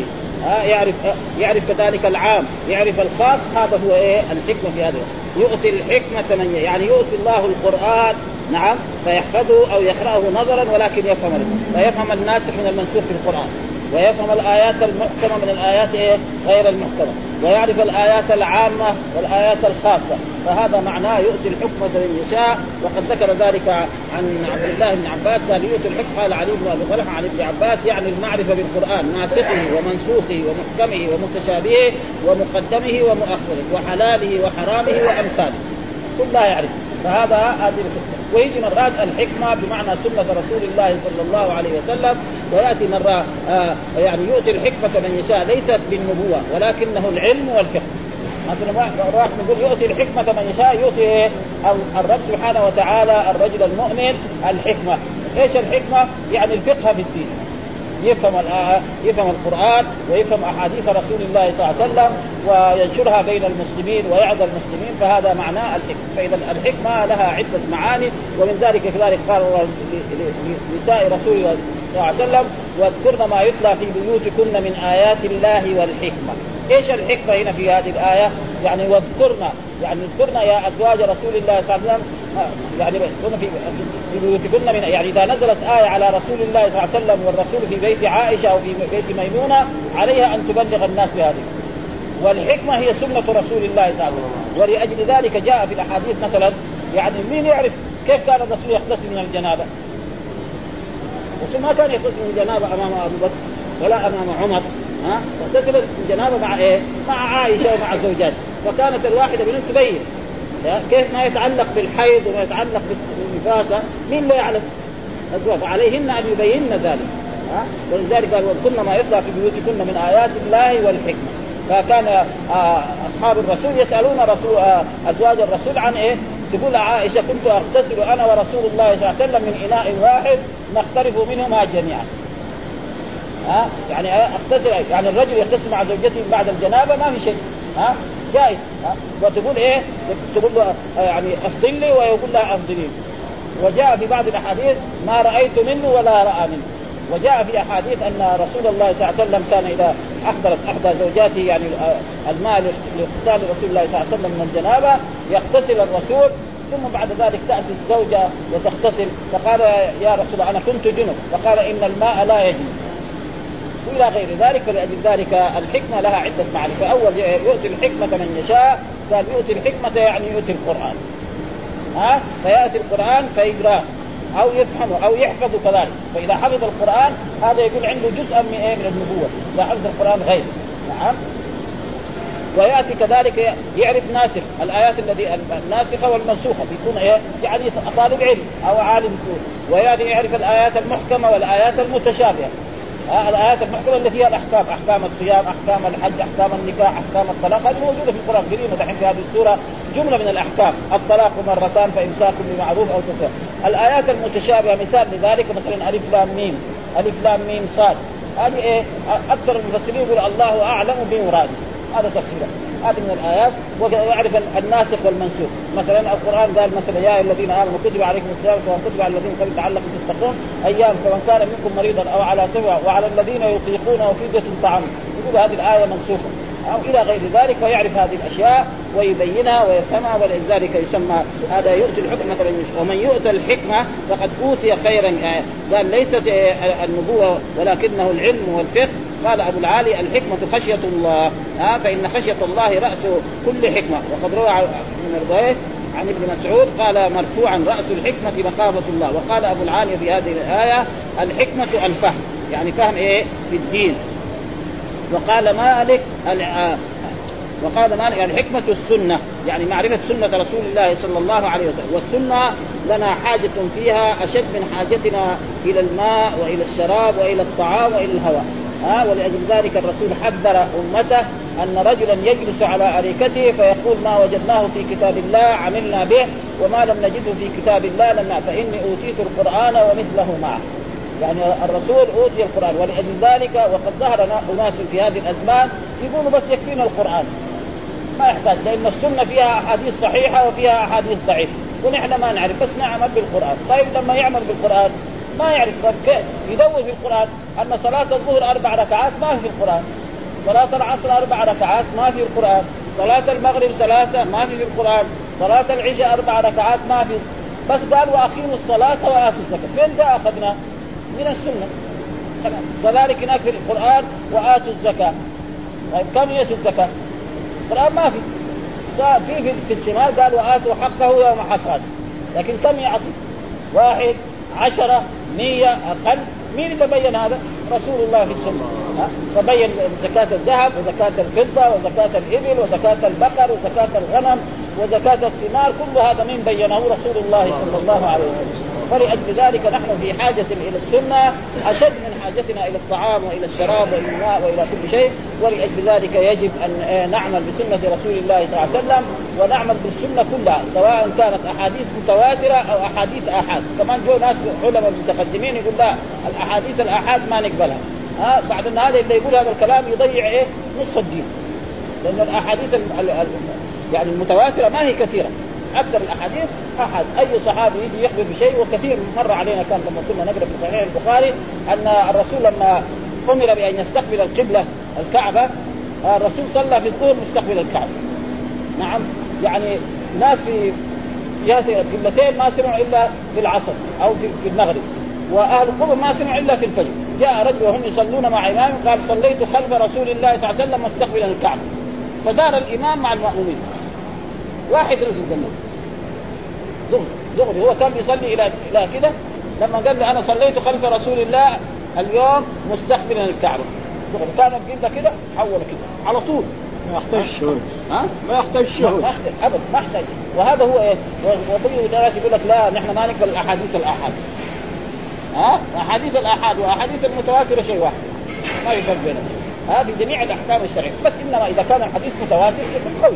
[SPEAKER 2] يعرف كذلك العام، يعرف الخاص. هذا هو الحكمة في هذا. يؤتي الحكمة من يعني يؤتي الله القرآن نعم فيحفظه أو يقرأه نظرا ولكن فيفهم الناسخ من المنسوخ في القرآن، ويفهم الآيات المحكمة من الآيات غير المحكمة، ويعرف الآيات العامة والآيات الخاصة. فهذا معناه يؤتي الحكمة من يشاء. وقد ذكر ذلك عن عبد الله بن عباس قال يؤتي الحكمة، قال علي بن أبي طلحة عن ابن عباس يعني المعرفة بالقرآن، ناسخه ومنسوخه ومحكمه ومتشابهه ومقدمه ومؤخره وحلاله وحرامه وأمثاله كلها يعرف. فهذا هذه الحكمة. ويجي مرات الحكمة بمعنى سنة رسول الله صلى الله عليه وسلم، ويأتي مرة يعني يؤتي الحكمة من يشاء ليست بالنبوة ولكنه العلم والفقه. مثلا نقول يؤتي الحكمة من يشاء، يؤتي الرب سبحانه وتعالى الرجل المؤمن الحكمة. إيش الحكمة؟ يعني الفقه في الدين، يفهم القرآن ويفهم أحاديث رسول الله صلى الله عليه وسلم وينشرها بين المسلمين ويعظ المسلمين. فهذا معناه الحكمة. فإذا الحكمة لها عدة معاني، ومن ذلك كذلك قال الله لنساء رسول الله صلى الله عليه وسلم واذكرن ما يتلى في بيوتكن من آيات الله والحكمة. إيش الحكمة هنا في هذه الآية؟ يعني واذكرن، يعني اذكرن يا أزواج رسول الله صلى الله عليه وسلم، يعني في بيوتكن من، يعني إذا نزلت آية على رسول الله صلى الله عليه وسلم والرسول في بيت عائشة أو في بيت ميمونة عليها أن تبلغ الناس بهذه. والحكمة هي سنة رسول الله صلى الله عليه وسلم. ولأجل ذلك جاء في الأحاديث مثلا، يعني مين يعرف كيف كان الرسول يغتسل من الجنابة؟ الرسول ما كان يغتسل من الجنابة أمام أبو بكر ولا أمام عمر، اغتسل الجنابة مع إيه؟ مع عائشة ومع زوجات. وكانت الواحدة منهم تبين كيف ما يتعلق بالحيض وما يتعلق بالنفاسة، مين لا يعلم؟ عليهن أن يبين ذلك. ولذلك قال واذكرن ما يتلى في بيوتكن من آيات الله والحكمة. فكان أصحاب الرسول يسألون أزواج الرسول عن إيه؟ تقول عائشة كنت أغتسل أنا ورسول الله صلى الله عليه وسلم من إناء واحد نختلف منهما جميعا. يعني اغتسل، يعني الرجل يغتسل مع زوجته بعد الجنابة ما في شيء، جائز. وتقول إيه؟ تقول له يعني أفضل لي ويقول لها أفضلي. وجاء في بعض الأحاديث ما رأيت منه ولا رأى منه. وجاء في أحاديث أن رسول الله صلى الله عليه وسلم كان إذا أحضرت أحدى زوجاته يعني الماء لاغتسال رسول الله صلى الله عليه وسلم من الجنابة يغتسل الرسول، ثم بعد ذلك تأتي الزوجة وتغتسل، فقال يا رسول الله أنا كنت جنب، فقال إن الماء لا يجب إلى غير ذلك. فلأجل ذلك الحكمة لها عدة معاني. فأول يؤتي الحكمة من يشاء، قال يؤتي الحكمة يعني يؤتي القرآن، فيأتي القرآن فيقرأ أو يفهمه أو يحفظه كذلك. فإذا حفظ القرآن هذا يكون عنده جزءا من النبوة، إذا حفظ القرآن غير. نعم. ويأتي كذلك يعرف ناسخ الآيات الناسخة والمنسوخة، بيكون يعني طالب علم أو عالم. ويأتي يعرف الآيات المحكمة والآيات المتشابهة. الآيات المحكمة اللي فيها الأحكام، أحكام الصيام، أحكام الحج، أحكام النكاح، أحكام الطلاق، هذه موجودة في القرآن الكريم. ودحين في هذه السورة جملة من الأحكام، الطلاق مرتان فإمساك بمعروف أو تسريح. الآيات المتشابهة مثال لذلك مثلا ألف لام ميم، ألف لام ميم صاد، هذه إيه؟ أكثر المفسرين يقول الله أعلم بمراده، هذا تفسيره. هذه من الآيات. ويعرف الناسخ والمنسوخ. مثلا القرآن قال مثلا يا الذين آمنوا كتب عليكم الصيام كما كتب على الذين قبل لعلكم تتقون أيام فمن كان منكم مريضا أو على سفر وعلى الذين يطيقونه فدية طعام. يقول هذه الآية منسوخة، أو إلى غير ذلك، ويعرف هذه الأشياء ويبينها ويفهمها، ولذلك يسمى هذا يؤتي الحكمة ومن يؤتى الحكمة فقد أوتي خيرا. قال ليست النبوة ولكنه العلم والفقه. قال أبو العالي الحكمة خشية الله، فإن خشية الله رأس كل حكمة. وقد روى من الرواية عن ابن مسعود قال مرفوعا رأس الحكمة مخافة الله. وقال أبو العالي في هذه الآية الحكمة الفهم، يعني فهم إيه في الدين. وقال مالك الحكمة السنة، يعني معرفة سنة رسول الله صلى الله عليه وسلم. والسنة لنا حاجة فيها أشد من حاجتنا إلى الماء وإلى الشراب وإلى الطعام وإلى الهواء. ولأجل ذلك الرسول حذر أمته أن رجلا يجلس على أريكته فيقول ما وجدناه في كتاب الله عملنا به وما لم نجده في كتاب الله لم نعمل، فإني أوتيت القرآن ومثله معه. يعني الرسول أوتي القرآن، ولأجل ذلك وقد ظهر أناس في هذه الأزمان يقولوا بس يكفينا القرآن ما يحتاج، لأن السنة فيها أحاديث صحيحة وفيها أحاديث ضعيفة ونحن ما نعرف، بس نعمل بالقرآن. طيب لما يعمل بالقرآن ما يعرف، يدور في القرآن أن صلاة الظهر 4 ركعات ما في القرآن، صلاة العصر 4 ركعات ما في القرآن، صلاة المغرب 3 ما في القرآن، صلاة العشاء 4 ركعات ما في، بس قال وأقيموا الصلاة وآتوا الزكاة. فين ده أخذنا؟ من السنة. كذلك نكفي القرآن وآتوا الزكاة. طيب كم هي الزكاة؟ القرآن ما في، في الشمال قال وآتوا حقه يوم حصاد، لكن كم يعطي؟ 1 10 100 أقل. مين اللي بين هذا؟ رسول الله في السنة. فبين زكاة الذهب وزكاة الفضة وزكاة الإبل وزكاة البقر وزكاة الغنم وزكاة الثمار، كل هذا من بينه رسول الله صلى الله عليه وسلم. فلأجل ذلك نحن في حاجة إلى السنة أشد من حاجتنا إلى الطعام وإلى الشراب وإلى الماء وإلى كل شيء. ولأجل ذلك يجب أن نعمل بسنة رسول الله صلى الله عليه وسلم، ونعمل بالسنة كلها سواء كانت أحاديث متواترة أو أحاديث آحاد. كمان جو ناس علماء متقدمين يقول لا الأحاديث الآحاد ما نقبلها. بعد أن هذا اللي يقول هذا الكلام يضيع نصف الدين، لأن الأحاديث يعني المتواترة ما هي كثيرة، أكثر الأحاديث أحد. أي صحابي يجي يخبر بشيء، وكثير مر علينا كان لما كنا نقرأ في صحيح البخاري أن الرسول لما أمر بأن يستقبل القبلة الكعبة، الرسول صلى في الظهر مستقبل الكعبة. نعم، يعني ناس في جهة القبلتين ما سمعوا إلا في العصر أو في المغرب، وأهل القبر ما سمعوا إلا في الفجر. جاء رجل وهم يصلون مع إمام قال صليت خلف رسول الله صلى الله عليه وسلم مستقبلا الكعبة، فدار الإمام مع المأمومين، واحد رجل الجنة دغري هو كان بيصلي إلى كده، لما قال له أنا صليت خلف رسول الله اليوم مستقبلا الكعبة، دغري كان القبلة كده حول كده على طول،
[SPEAKER 3] ما يحتاج شهود. ما يحتاج شهود
[SPEAKER 2] أبدا، ما يحتاج. وهذا هو وبعض الناس يقول لك لا نحن ما نقبل الأحاديث الآحاد. أحاديث الآحاد وأحاديث المتواترة شيء واحد، ما يفرق بينهم. هذه جميع الأحكام الشرعية، بس إنما إذا كان الحديث متواتر يكون قوي.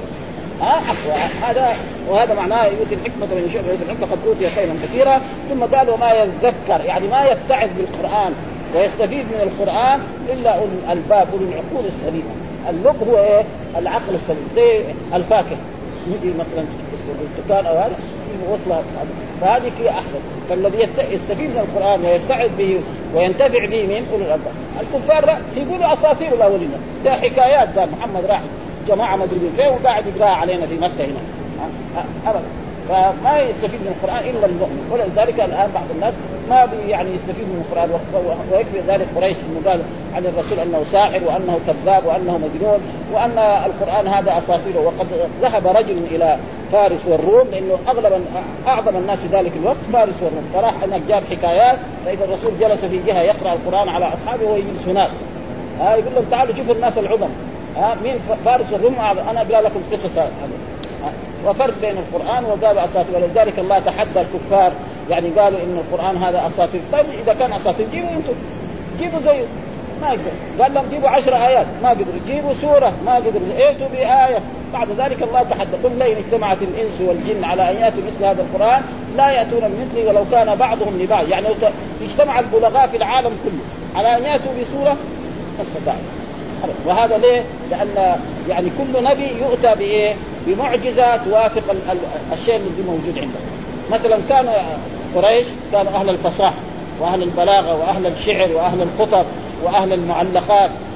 [SPEAKER 2] وهذا معناه يؤتي الحكمة من يشاء ويؤتي الحكمة قد أوتي خيرا كثيرا. ثم قال وما يذكر، يعني ما يفتعل بالقرآن ويستفيد من القرآن إلا أولو الألباب، أولو العقول السليمة. اللب هو العقل السليم، زي الفاكهة يجي مثلا الدكان أو هذا وصلها، فهذه كي أحسن. فالذي يستفيد من القرآن ويتعظ به وينتفع به من أولو الألباب. الكفار يقولوا أساطير الأولين، ده حكايات، ده محمد راح جماعة مدربين فيه وقاعد يقرأ علينا في مكة هنا أبدا. فما يستفيد من القرآن إلا المؤمن. ولذلك الآن بعض الناس ما يعني يستفيد من القرآن، ويكفي ذلك قريش من قال عن الرسول أنه ساحر وأنه كذاب وأنه مجنون وأن القرآن هذا أساطيره. وقد ذهب رجل إلى فارس والروم، لأنه أعظم الناس في ذلك الوقت فارس والروم، فراح هناك جاب حكايات، فإذا الرسول جلس في جهة يقرأ القرآن على أصحابه ويجلس ناس يقول لهم تعالوا شوفوا الناس العظم مين فارس والروم، أنا أقرأ لكم قصص وفرق بين القرآن وقالوا أساطير. ولذلك الله تحدى الكفار، يعني قالوا إن القرآن هذا أساطير. طيب إذا كان أساطير جيبوا أنتم، جيبوا زيه، ما يقدر. قال لهم جيبوا 10 آيات ما قدروا، جيبوا سورة ما قدروا، ائتوا بآية. بعد ذلك الله تحدى قل لئن اجتمعت الإنس والجن على أن يأتوا مثل هذا القرآن لا يأتون بمثله ولو كان بعضهم لبعض. يعني اجتمع البلغاء في العالم كله على أن يأتوا بسورة استطاعوا. وهذا ليه؟ لأن يعني كل نبي يؤتى بإيه؟ بمعجزة توافق الشيء الذي موجود عنده. مثلا كان قريش كانوا أهل الفصاحة وأهل البلاغة وأهل الشعر وأهل الخطب وأهل المعلقات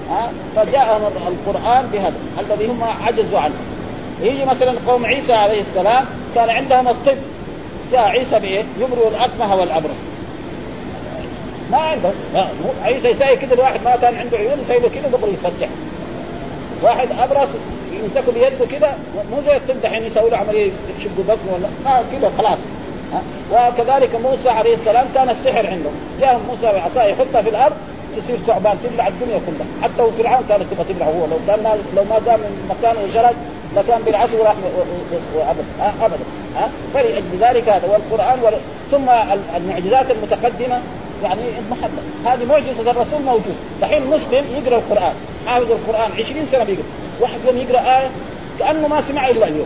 [SPEAKER 2] فجاء القرآن بهذا الذي هم عجزوا عنه. يجي مثلا قوم عيسى عليه السلام كان عندهم الطب، جاء عيسى بإيه؟ يبرئ الأكمه والأبرص، ما عنده. عيسى يساوي كده الواحد ما كان عنده عيون يساوي كده دغري يفتح، واحد أبرص يمسكه بيده كده، مو زي الطب دحين يسوي له عملية يشق بطنه ولا كده خلاص. وكذلك موسى عليه السلام كان السحر عنده، جاء موسى بعصا يحطها في الأرض تصير ثعبان تبلع الدنيا كلها، حتى وفرعون كانت تبغى تبلع هو، لو ما قام من مكانه وجرد لكان بالعصا وراح أبدا. فلأجل ذلك هذا والقرآن ثم المعجزات المتقدمة يعني محدد. هذه معجزة الرسول موجود. دحين مسلم يقرأ القرآن، حافظ القرآن 20 سنة بيقرأ، واحد يوم يقرأ آية كأنه ما سمع إلا اليوم،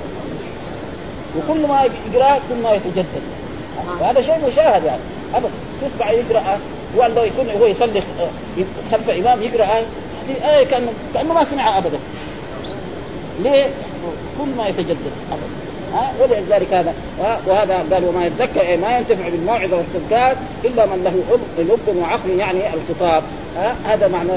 [SPEAKER 2] وكل ما يقرأ كل ما يتجدد. وهذا شيء مشاهد يعني أبدا. تسمع يقرأ والله يكون هو يصلي خلف إمام يقرأ آية كأنه ما سمع أبدا. ليه؟ كل ما يتجدد أبدا. ولذلك هذا وهذا قال وما يتذكر ما ينتفع بالموعظة والتذكار إلا من له لب وعقل يعني الخطاب. هذا معنى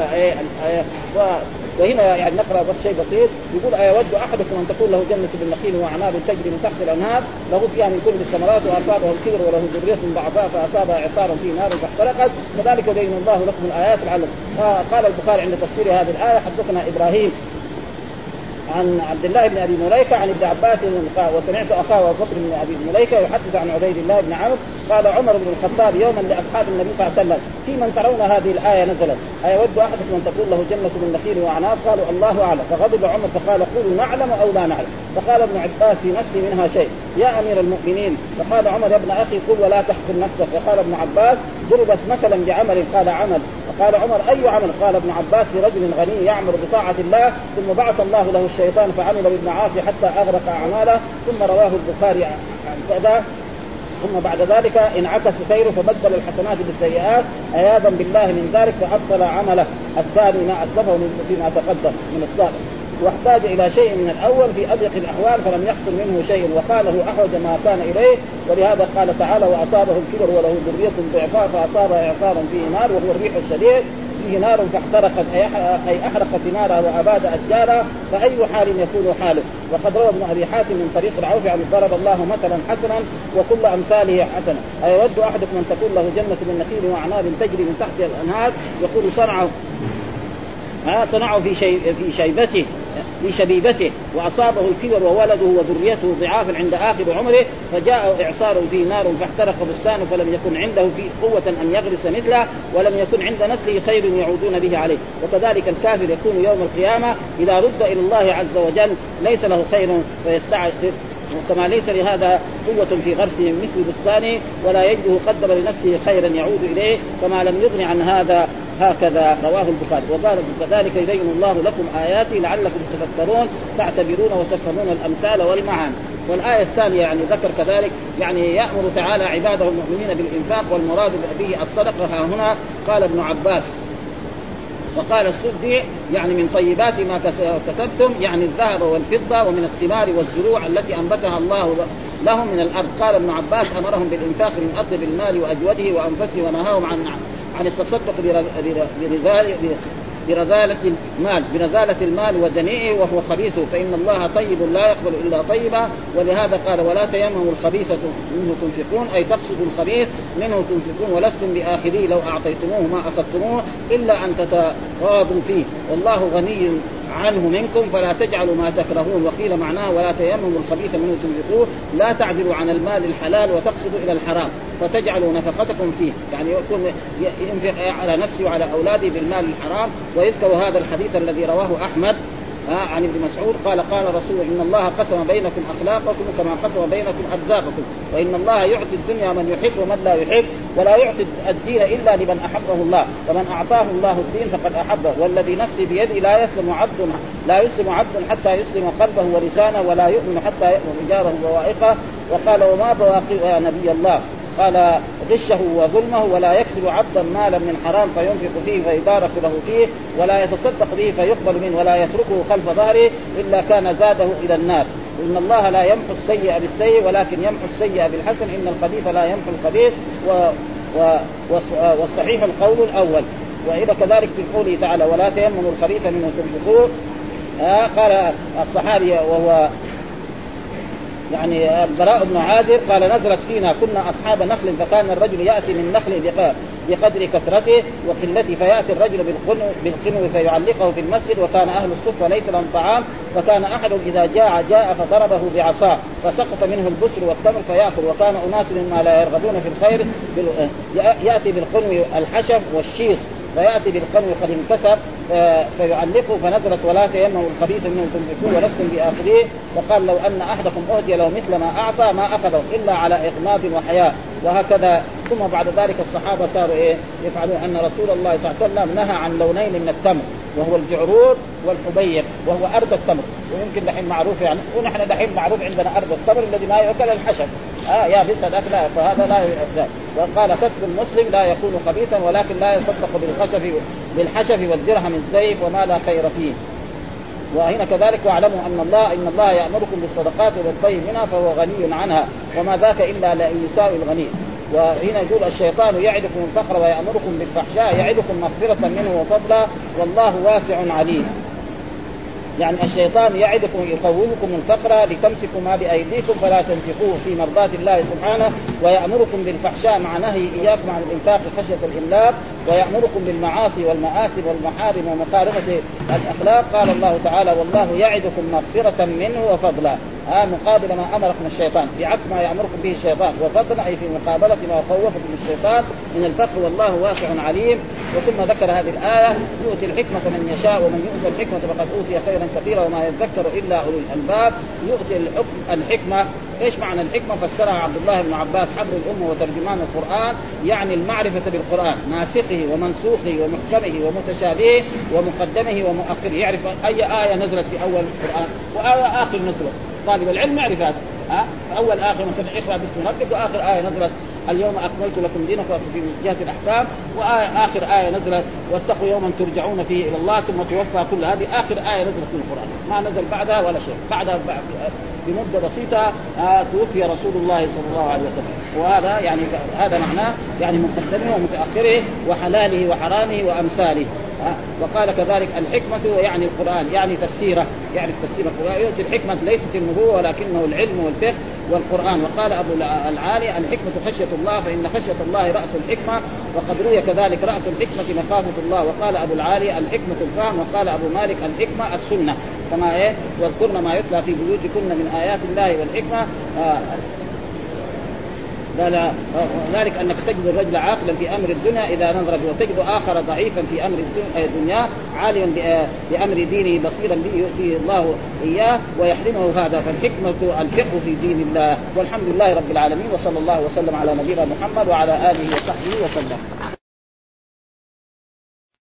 [SPEAKER 2] وهنا يعني نقرأ بس شيء بسيط. يقول أيود أحدكم أن تكون له جنة بالنخيل وأعناب تجري من تحت الأنهار له فيها من كل الثمرات وأصابه الكبر وله ذرية ضعفاء فأصابها إعصار في نار فاحترقت كذلك يبين الله لكم الآيات لعلكم. قال البخاري عند تفسير هذه الآية حدثنا إبراهيم عن عبد الله بن أبي مليكة عن ابن عباس وسمعت أخاه أبو بكر بن أبي مليكة يحدث عن عبيد الله بن عوف قال عمر بن الخطاب يوما لأصحاب النبي صلى الله عليه وسلم في من ترون هذه الآية نزلت أيود أحدكم أن تكون له جنة من نخيل وأعناب قالوا الله أعلم فغضب عمر فقال قولوا نعلم أو لا نعلم فقال ابن عباس في نفسي منها شيء يا أمير المؤمنين فقال عمر يا ابن أخي قل ولا تحقر نفسك فقال ابن عباس ضربت مثلا بعمل قال عمل فقال عمر أي عمل قال ابن عباس لرجل غني يعمل بطاعة الله ثم بعث الله له الشيطان فعمل بابن عاصي حتى أغرق أعماله ثم رواه البخاري عن كذا ثم بعد ذلك انعكس سيره فبدل الحسنات بالسيئات عياذا بالله من ذلك فأبطل عمله الثاني ما أسلفه فيما تقدم من السابق واحتاج إلى شيء من الأول في أضيق الأحوال فلم يحصل منه شيء وقاله أحوج ما كان إليه ولهذا قال تعالى وأصابه الكبر وله ذرية ضعفاء فأصاب إعصارا فيه نار وهو الريح الشديد فيه نار فاحترقت أي أحرقت نارها وأباد أشجارها فأي حال يكون حاله. وقد روى ابن أبي حاتم من طريق العوف عن ضرب الله مثلا حسنا وكل أمثاله حسنة أيود أحدكم أن تكون له جنة من نخيل وأعناب تجري من تحتها الأنهار يقول صنعوا في شيبته في شبيبته وأصابه الكبر وولده وذريته ضعافا عند آخر عمره فجاء إعصار فيه نار فاحترق بستانه فلم يكن عنده في قوة أن يغرس مثله ولم يكن عند نسله خير يعودون به عليه. وكذلك الكافر يكون يوم القيامة إذا رد إلى الله عز وجل ليس له خير فيستعذر كما ليس لهذا قوة في غرسه مثل بستانه ولا يجده قدم لنفسه خيرا يعود إليه كما لم يغن عن هذا هكذا رواه البخاري. وقال كذلك يبين الله لكم آياته لعلكم تتفكرون تعتبرون وتفهمون الأمثال والمعاني. والآية الثانية يعني ذكر كذلك يعني يأمر تعالى عباده المؤمنين بالإنفاق والمراد به الصدقة. هنا قال ابن عباس وقال السدي يعني من طيبات ما كسبتم يعني الذهب والفضة ومن الثمار والزروع التي أنبتها الله لهم من الأرض. قال ابن عباس أمرهم بالإنفاق من أطيب المال وأجوده وأنفسه ونهاهم عن التصدق برذالة المال ودنيئه وهو خبيث فإن الله طيب لا يقبل إلا طيبا. ولهذا قال ولا تيمموا الخبيثة منه تنفقون أي تقصدوا الخبيث منه تنفقون ولستم بآخذيه لو أعطيتموه ما أخذتموه إلا أن تتراضوا فيه والله غني عنه منكم فلا تجعلوا ما تكرهون. وقيل معناه ولا تيمموا الخبيث منه تنفقون لا تعدلوا عن المال الحلال وتقصدوا إلى الحرام فتجعلوا نفقتكم فيه يعني يكون ينفق على نفسه وعلى أولاده بالمال الحرام. ويذكر هذا الحديث الذي رواه أحمد عن ابن مسعود قال رسول إن الله قسم بينكم أخلاقكم كما قسم بينكم أرزاقكم وإن الله يعطي الدنيا من يحب ومن لا يحب ولا يعطي الدين إلا لمن أحبه الله فمن أعطاه الله الدين فقد أحبه والذي نفسي بيده لا يسلم عبد حتى يسلم قلبه ولسانه ولا يؤمن حتى يؤمن رجاله ووائقه. وقال وما بواقي يا نبي الله قال غشه وظلمه ولا يكسب عبدا مالا من حرام فينفق فيه فيبارك له فيه ولا يتصدق به فيقبل منه ولا يتركه خلف ظهره إلا كان زاده إلى النار. إن الله لا يمحو السيء بالسيء ولكن يمحو السيء بالحسن إن الخبيث لا يمحو الخبيث والصحيح القول الأول وإذا كذلك في قوله تعالى ولا تيمموا الخبيث منه تنفقون. قال الصحابي وهو يعني البراء بن عازب قال نزلت فينا كنا أصحاب نخل فكان الرجل يأتي من نخل بقدر كثرته وقلته فيأتي الرجل بالقنو فيعلقه في المسجد وكان أهل الصفة ليس لهم طعام فكان أحد إذا جاء فضربه بعصاه فسقط منه البسر والتمر فيأكل وكان أناس مما لا يرغبون في الخير يأتي بالقنو الحشف والشيص فيأتي بالقنو قد انكسر فيعلقه فنزلت ولا تيمموا الخبيث منه تنفقون ولستم بآخذيه وقال لو أن أحدكم أهدي له مثل ما أعطى ما أخذه إلا على إغماض وحياء وهكذا. ثم بعد ذلك الصحابة صاروا يفعلون أن رسول الله صلى الله عليه وسلم نهى عن لونين من التمر وهو الجعرور والحبيب وهو أرض التمر ويمكن دحين معروف يعني ونحن دحين معروف عندنا أرض التمر الذي ما يأكل الحشب يا بس هذاك لا فهذا لا يأكل. وقال كسب المسلم لا يكون خبيثا ولكن لا يصدق بالحشف والدرهم الزيف وما لا خير فيه. وهنا كذلك واعلموا إن الله يأمركم بالصدقات وبالطيب منها فهو غني عنها وما ذاك إلا لأن يساوي الغني. وهنا يقول الشيطان يعدكم الفقر ويأمركم بالفحشاء يعدكم مغفرة منه وفضلا والله واسع عليم. يعني الشيطان يعدكم يخوفكم الفقر لتمسكوا ما بأيديكم فلا تنفقوه في مرضات الله سبحانه ويأمركم بالفحشاء مع نهي إياكم عن الإنفاق خشية الإملاق ويأمركم بالمعاصي والمآثم والمحارم ومخالفة الأخلاق. قال الله تعالى والله يعدكم مغفرة منه وفضلا مقابل ما أمركم الشيطان في عكس ما يأمركم به الشيطان وفضلا أي في مقابلة ما خوفكم الشيطان من الفقر والله واسع عليم. وثم ذكر هذه الآية يؤتي الحكمة من يشاء ومن يؤتي الحكمة فقد أوتي خيرا كثيرا وما يذكر إلا أولو الألباب. يؤتي الحكمة إيش معنى الحكمة؟ فسرها عبد الله بن عباس حبر الأمة وترجمان القرآن يعني المعرفة بالقرآن ناسخه ومنسوخه ومحكمه ومتشابهه ومقدمه ومؤخره يعرف أي آية نزلت في أول القرآن وآية آخر نزلت. طالب العلم يعرف هذا أول آخر مثلا اقرأ باسم ربك وآخر آية نزلت اليوم أكملت لكم دينكم في جهة الأحكام وآخر آية نزلت واتقوا يوما ترجعون فيه إلى الله ثم توفى كل هذه آخر آية نزلت في القرآن ما نزل بعدها ولا شيء بعدها بمدة بسيطة توفي رسول الله صلى الله عليه وسلم. وهذا يعني هذا معناه يعني مقدمه ومتأخره وحلاله وحرامه وأمثاله. وقال كذلك الحكمة يعني القرآن يعني تفسيره يعني تفسير القرآن. يؤتي الحكمة ليست النبوة ولكنه العلم والفقه والقرآن. وقال أبو العالي الحكمة خشية الله فإن خشية الله رأس الحكمة وقد روي كذلك رأس الحكمة مخافة الله. وقال أبو العالي الحكمة الفهم. وقال أبو مالك الحكمة السنة كما واذكرن ما يتلى في بيوتكن من آيات الله والحكمة. قال ذلك أنك تجد الرجل عاقلا في أمر الدنيا إذا نظر به وتجد آخر ضعيفا في أمر الدنيا عالما بأمر دينه بصيرا به يؤتيه الله إياه ويحرمه هذا. فالحكمة الفقه في دين الله. والحمد لله رب العالمين وصلى الله وسلم على نبينا محمد وعلى آله وصحبه وسلم.